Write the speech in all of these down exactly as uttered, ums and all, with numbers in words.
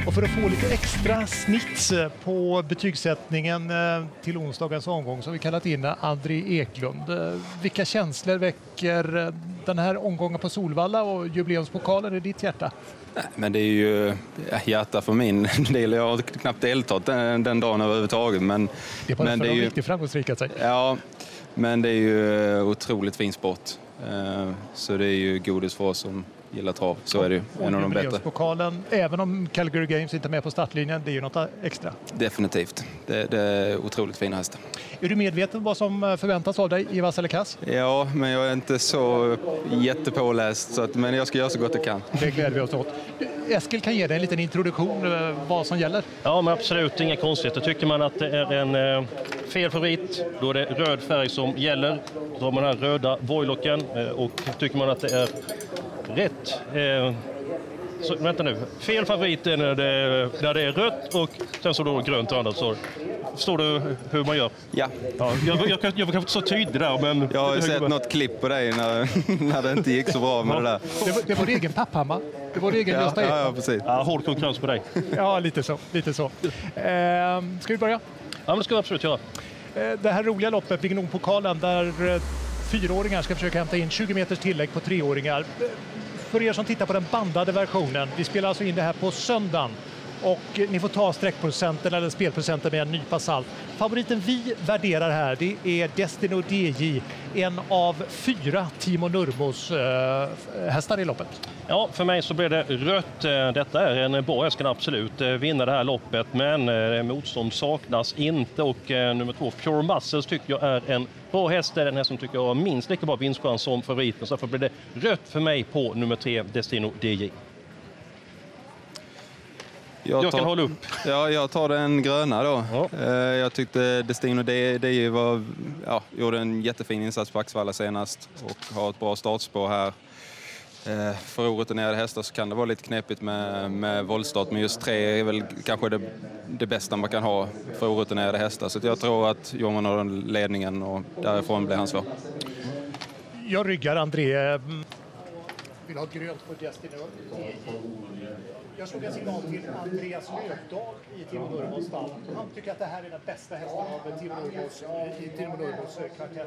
Och för att få lite extra snitt på betygssättningen till onsdagens omgång så har vi kallat in André Eklund. Vilka känslor väcker den här omgången på Solvalla och jubileumspokalen i ditt hjärta? Nej, men det är ju hjärta för min del. Jag har knappt deltagit den, den dagen överhuvudtaget. Men, det är bara men för det är de ju riktigt framgångsrika sig. Ja, men det är ju otroligt fin sport. Så det är ju godis för oss som gillar trav. Så är det ju. En av de bättre. Pokalen, även om Calgary Games inte är med på startlinjen, det är ju något extra. Definitivt. Det, det är otroligt fina hästar. Är du medveten vad som förväntas av dig i Vassele Kass? Ja, men jag är inte så jättepåläst. Så att, men jag ska göra så gott jag kan. Det gläder vi oss åt. Eskil kan ge dig en liten introduktion vad som gäller. Ja, men absolut inga konstigheter. Tycker man att det är en eh, fel favorit, då är det röd färg som gäller. Då har man den här röda voilocken eh, och tycker man att det är rätt. Eh, så, vänta nu. Fel favorit är när det, när det är rött och sen så då grönt och annat. Så förstår du hur man gör? Ja. ja jag, jag, jag, jag var kanske inte så tydlig där, men... Jag har ju sett något klipp på dig när, när det inte gick så bra med ja. det där. Det var, det var egen Papphammar. Det var egen ja, Gösta ja, ja, precis. Ja, hård konkurrens på dig. Ja, lite så. Lite så. Eh, ska vi börja? Ja, men det ska vi absolut göra. Eh, det här roliga loppet, Brignon-pokalen, där eh, fyraåringar ska försöka hämta in tjugo meters tillägg på treåringar. För er som tittar på den bandade versionen, vi spelar alltså in det här på söndagen. Och ni får ta sträckprocenten eller spelprocenten med en nypa salt. Favoriten vi värderar här, det är Destino D J, en av fyra Timo Nurmos äh, hästar i loppet. Ja, för mig så blir det rött. Detta är en bra, jag ska absolut vinna det här loppet, men eh, motstånd saknas inte. Och eh, nummer två, Pure Muscles, tycker jag är en bra häst. Det är den här som tycker jag har minst lika bra vinstchans som favoriten. Så därför blir det rött för mig på nummer tre, Destino D J. Jag, jag tar, kan hålla upp. Ja, jag tar den gröna då. Ja. Jag tyckte Destino D J var, ja, gjorde en jättefin insats på Axvalla senast och har ett bra startspår här. För orutinerade hästar så kan det vara lite knepigt med, med våldstart, men just tre är väl kanske det, det bästa man kan ha för orutinerade hästar. Så jag tror att Johan har den ledningen och därifrån blir han svår. Jag ryggar André. Vill ha grönt på Destino D J. Jag såg en signal till Andreas Lövdahl i Timo Nurmos stall. Han tycker att det här är den bästa hästen av Timo Nurmos i Timo Nurmos kvartett.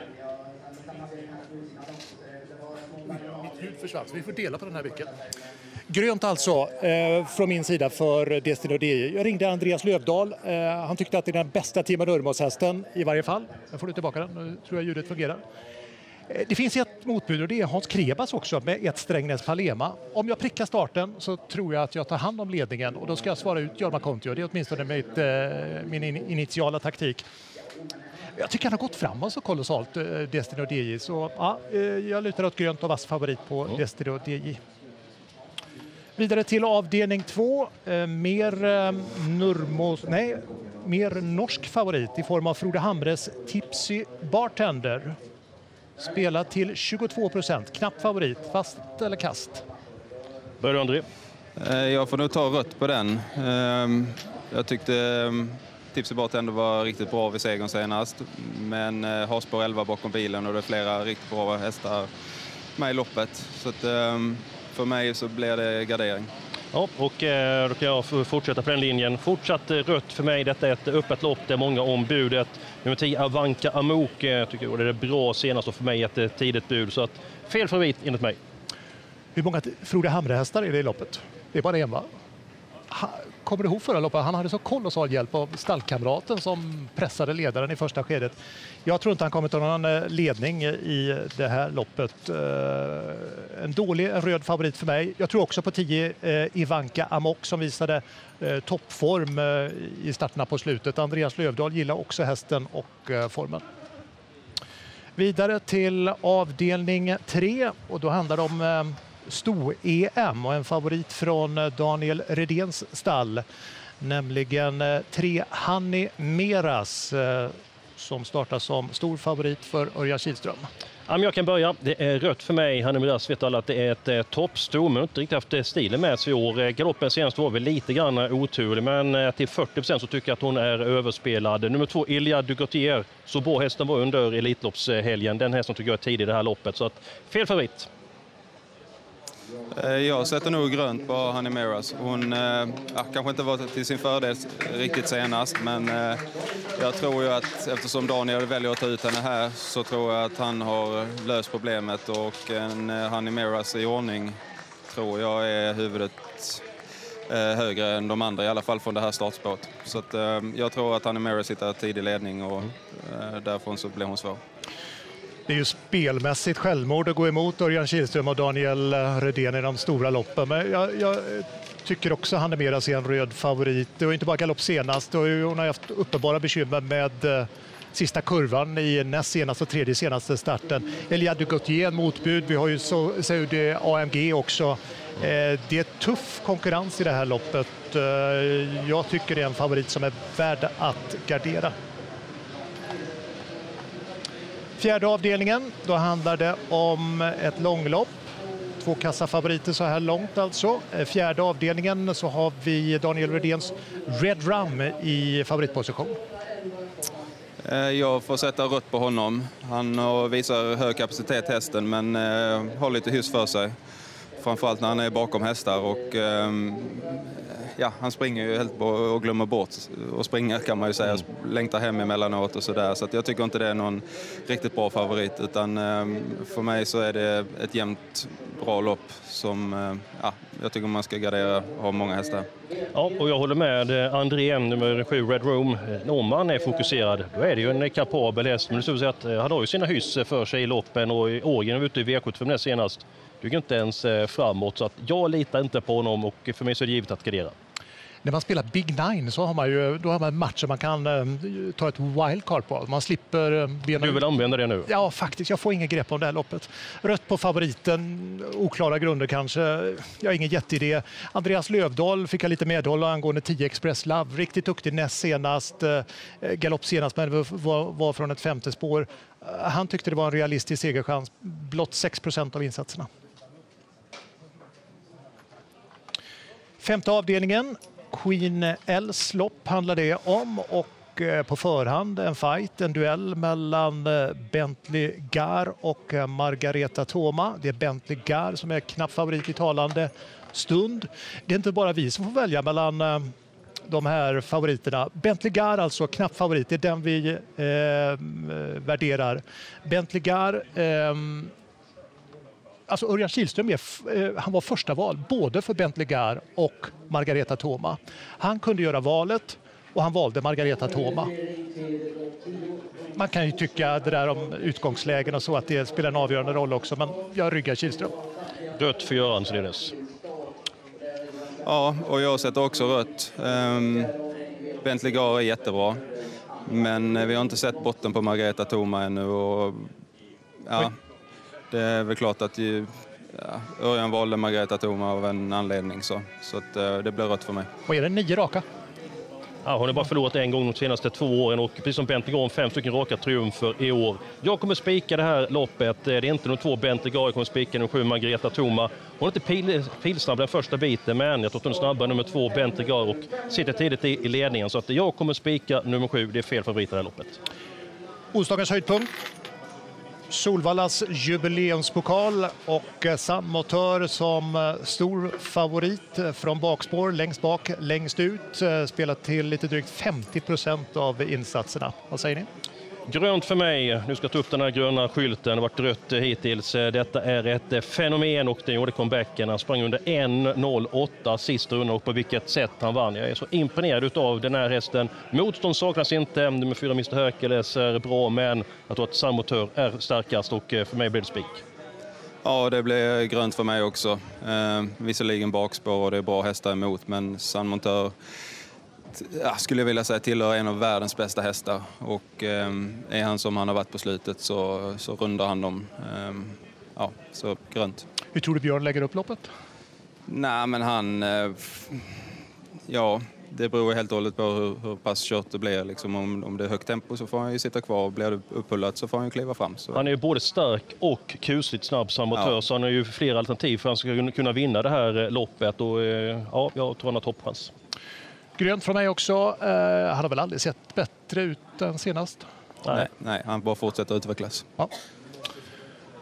Mitt ljud försvann, så vi får dela på den här vilken. Grönt alltså eh, från min sida för Destino D J. Jag ringde Andreas Lövdahl. Eh, han tyckte att det är den bästa Timo Nurmos-hästen i varje fall. Jag får du tillbaka den, nu tror jag ljudet fungerar. Det finns ett motbud och det är Hans Krebas också med ett Strängnäs Palema. Om jag prickar starten så tror jag att jag tar hand om ledningen och då ska jag svara ut Jorma Kontio. Det är åtminstone mitt, eh, min initiala taktik. Jag tycker han har gått framåt så kolossalt, eh, Destino D J. Så ja, eh, jag lutar åt grönt och vass favorit på mm. Destino D J. Vidare till avdelning två. Eh, mer eh, Nurmos, nej, mer norsk favorit i form av Frode Hamres Tipsy Bartender. Spelar till tjugotvå procent. Knappt favorit. Fast eller kast? Börjar André? Jag får nog ta rött på den. Jag tyckte Tipsy Bartender var riktigt bra vid segern senast. Men har spår elva bakom bilen och det är flera riktigt bra hästar med i loppet. Så att, för mig så blir det gardering. Ja, och eh, då kan jag fortsätta på den linjen. Fortsatt eh, rött för mig. Detta är ett öppet lopp. Det är många ombudet. Nummer tio, Avanka Amok, eh, tycker jag det är bra senast och för mig ett eh, tidigt bud. Så att fel favorit enligt mig. Hur många Frode Hamre-hästar är det i loppet? Det är bara en, va? Ha, kommer du ihåg förra loppet? Han hade så kolossal hjälp av stallkamraten som pressade ledaren i första skedet. Jag tror inte han kommer ta någon ledning i det här loppet. En dålig, en röd favorit för mig. Jag tror också på tio Ivanka Amok som visade toppform i starterna på slutet. Andreas Lövdahl gillar också hästen och formen. Vidare till avdelning tre och då handlar det om Sto-E M och en favorit från Daniel Redéns stall, nämligen tre Honey Meras som startar som stor favorit för Örjan Kihlström. Ja, jag kan börja. Det är rött för mig. Honey Meras vet alla att det är ett eh, toppstor, men inte riktigt haft stilen med sig i år. Galoppen senast var väl lite grann oturlig, men eh, till fyrtio procent så tycker jag att hon är överspelad. Nummer två, Ilja Dugautier. Så bra hästen var under Elitloppshelgen. Den hästen tycker jag är tidig i det här loppet, så att fel favorit. Jag sätter nog grönt på Honey Meras. Hon ja, kanske inte var till sin fördel riktigt senast, men jag tror ju att eftersom Daniel väljer att ta ut henne här så tror jag att han har löst problemet, och en Honey Meras i ordning tror jag är huvudet högre än de andra, i alla fall från det här startspåret. Så att, jag tror att Honey Meras sitter tidig ledning, och därför så blir hon svår. Det är ju spelmässigt självmord att gå emot Örjan Kihlström och Daniel Redén i de stora loppen. Men jag, jag tycker också att Honey Meras är en röd favorit. Det var inte bara galopp senast. Hon har haft uppenbara bekymmer med sista kurvan i näst senaste och tredje senaste starten. Eliade Gauthier motbud. Vi har ju Saudi A M G också. Det är tuff konkurrens i det här loppet. Jag tycker det är en favorit som är värd att gardera. Fjärde avdelningen, då handlar det om ett långlopp. Två kassafavoriter så här långt alltså. Fjärde avdelningen så har vi Daniel Redéns Red Rum i favoritposition. Jag får sätta rött på honom. Han visar hög kapacitet hästen, men har lite hyss för sig. Framförallt när han är bakom hästar, och ja, han springer ju helt och glömmer bort och springer, kan man ju säga, längtar hem emellanåt och sådär. Så att jag tycker inte det är någon riktigt bra favorit, utan för mig så är det ett jämnt bra lopp som ja, jag tycker man ska gardera och ha många hästar. Ja, och jag håller med André, nummer sju Red Room. Om man är fokuserad, då är det ju en kapabel häst. Men det skulle säga att han har ju sina hyss för sig i loppen, och i Årgen var ute i V sjuttiofem senast. Du gick inte ens framåt, så att jag litar inte på honom, och för mig så är det givet att gardera. När man spelar Big Nine så har man ju då har man matcher man kan uh, ta ett wildcard på. Man slipper uh, bena. Du vill använda det nu? Ja, faktiskt. Jag får ingen grepp om det här loppet. Rött på favoriten, oklara grunder kanske. Jag har ingen jätteidé. Andreas Lövdahl fick jag lite medhåll angående tio Express Love. Riktigt duktig näst senast. Uh, galopp senast, men var, var från ett femte spår. Uh, han tyckte det var en realistisk segerchans. Blott sex procent av insatserna. Femte avdelningen. Queen Els lopp handlar det om, och på förhand en fight, en duell mellan Bentley Gar och Margareta Thoma. Det är Bentley Gar som är knapp favorit i talande stund. Det är inte bara vi som får välja mellan de här favoriterna. Bentley Gar, alltså knapp favorit, det är den vi eh, värderar. Bentley Gar eh, Alltså Örjan Kihlström är, han var första val både för Bentley Gar och Margareta Thoma. Han kunde göra valet, och han valde Margareta Thoma. Man kan ju tycka det där om utgångslägen och så, att det spelar en avgörande roll också, men jag ryggar Kihlström. Rött för Göran således. Ja, och jag sätter också rött. Um, Bentley Gar är jättebra, men vi har inte sett botten på Margareta Thoma ännu, och ja... Det är väl klart att ju, ja, Örjan valde Margareta Thoma av en anledning, så, så att, uh, det blir rött för mig. Vad är det, nio raka? Ja, hon har bara förlorat en gång de senaste två åren, och precis som Bentley Gar fem stycken raka triumfer i år. Jag kommer spika det här loppet. Det är inte de två Bentley Gar, jag kommer spika de sju Margareta Thoma. Hon är inte pil, pilsnabb den första biten, men jag tror att hon är snabbare nummer två Bentley Gar och sitter tidigt i, i ledningen. Så att jag kommer spika nummer sju, det är fel favorit i det här loppet. Onsdagens höjdpunkt. Solvallas jubileumspokal, och San Motör som stor favorit från bakspår, längst bak, längst ut, spelat till lite drygt femtio procent av insatserna. Vad säger ni? Grönt för mig. Nu ska jag ta upp den här gröna skylten. Det har varit rött hittills. Detta är ett fenomen, och den gjorde comebacken. Han sprang under en noll åtta sist rundan, och på vilket sätt han vann. Jag är så imponerad av den här hästen. Motstånd saknas inte. Nummer fyra mister Hercules är bra, men jag tror att San Motör är starkast, och för mig blir det spik. Ja, det blir grönt för mig också. Eh, visserligen bakspår och det är bra hästar emot, men San Motör, jag skulle vilja säga, tillhör en av världens bästa hästar, och eh, är han som han har varit på slutet så, så rundar han dem. Eh, ja, så grönt. Hur tror du Björn lägger upp loppet? Nej, men han... Eh, ja, det beror helt och hållet på hur, hur pass kört det blir. Liksom, om, om det är högt tempo så får han ju sitta kvar, och blir det upphullat så får han ju kliva fram. Så. Han är ju både stark och kusligt snabb som motör, ja. Så han har ju flera alternativ för att han ska kunna vinna det här loppet, och ja, jag tror han har toppchans. Grönt från mig också. Uh, han har väl aldrig sett bättre ut än senast? Nej, nej, han bara fortsätter utvecklas. Ja.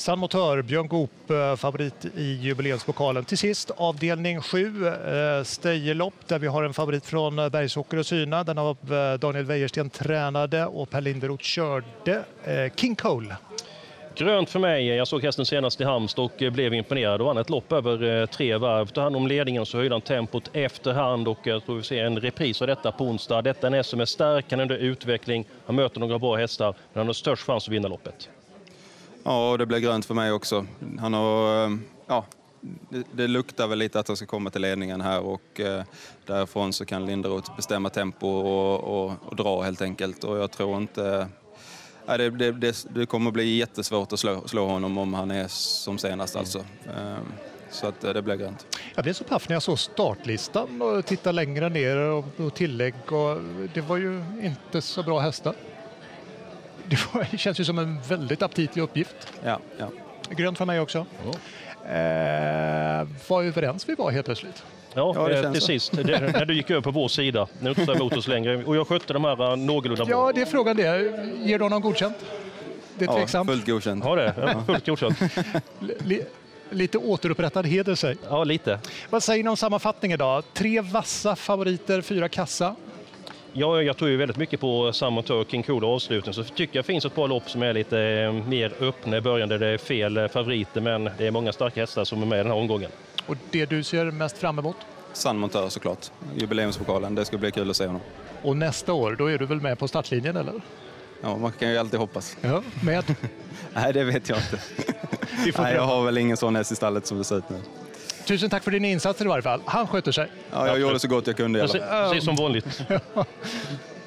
San Motör, Björn Goop, favorit i jubileumspokalen. Till sist avdelning sju, eh, Stejerlopp, där vi har en favorit från Bergsåker och Syna. Den av Daniel Wäjersten tränade och Per Linderoth körde. Eh, King Cole. Grönt för mig. Jag såg hästen senast i Halmstad och blev imponerad. Och vann ett lopp över tre varv. Tog hand om ledningen så höjde han tempot efterhand. Och jag tror vi ser en repris av detta på onsdag. Detta är en häst som är stark, han är under utveckling. Han möter några bra hästar, men han har störst chans att vinna loppet. Ja, det blir grönt för mig också. Han har, ja, det, det luktar väl lite att han ska komma till ledningen här. Och eh, därifrån så kan Linderoth bestämma tempo och, och, och dra helt enkelt. Och jag tror inte... Ja, det, det, det, det kommer bli jättesvårt att slå, slå honom om han är som senast. Alltså. Um, så att det blir grönt. Jag blev så paff när jag såg startlistan och tittade längre ner och, och tillägg. Och det var ju inte så bra hästar. Det, var, det känns ju som en väldigt aptitlig uppgift. Ja, ja. Grönt för mig också. Mm. Eh, vad överens vi var helt plötsligt. Ja, ja eh, till sist. Det, när du gick över på vår sida. Nu tar jag emot oss längre. Och jag skötte de här någorlunda bra. Ja, det är frågan det. Ger du honom godkänt? Det är ja, tveksamt. fullt godkänt. Ja, det. Ja, fullt godkänt. L- lite återupprättad heder sig. Ja, lite. Vad säger ni om sammanfattningen idag? Tre vassa favoriter, fyra kassa. Ja, jag tror ju väldigt mycket på San Motör, King Cole och avslutning. Så tycker jag finns ett par lopp som är lite mer öppna i början där det är fel favoriter. Men det är många starka hästar som är med i den här omgången. Och det du ser mest fram emot? San Motör såklart. Jubileumspokalen. Det ska bli kul att se honom. Och nästa år, då är du väl med på startlinjen eller? Ja, man kan ju alltid hoppas. Ja, med? Nej, det vet jag inte. Nej, jag har väl ingen sån häst i stallet som det ser ut nu. Tusen tack för dina insatser i varje fall. Han sköter sig. Ja, jag gjorde så gott jag kunde i alla fall. Precis som vanligt.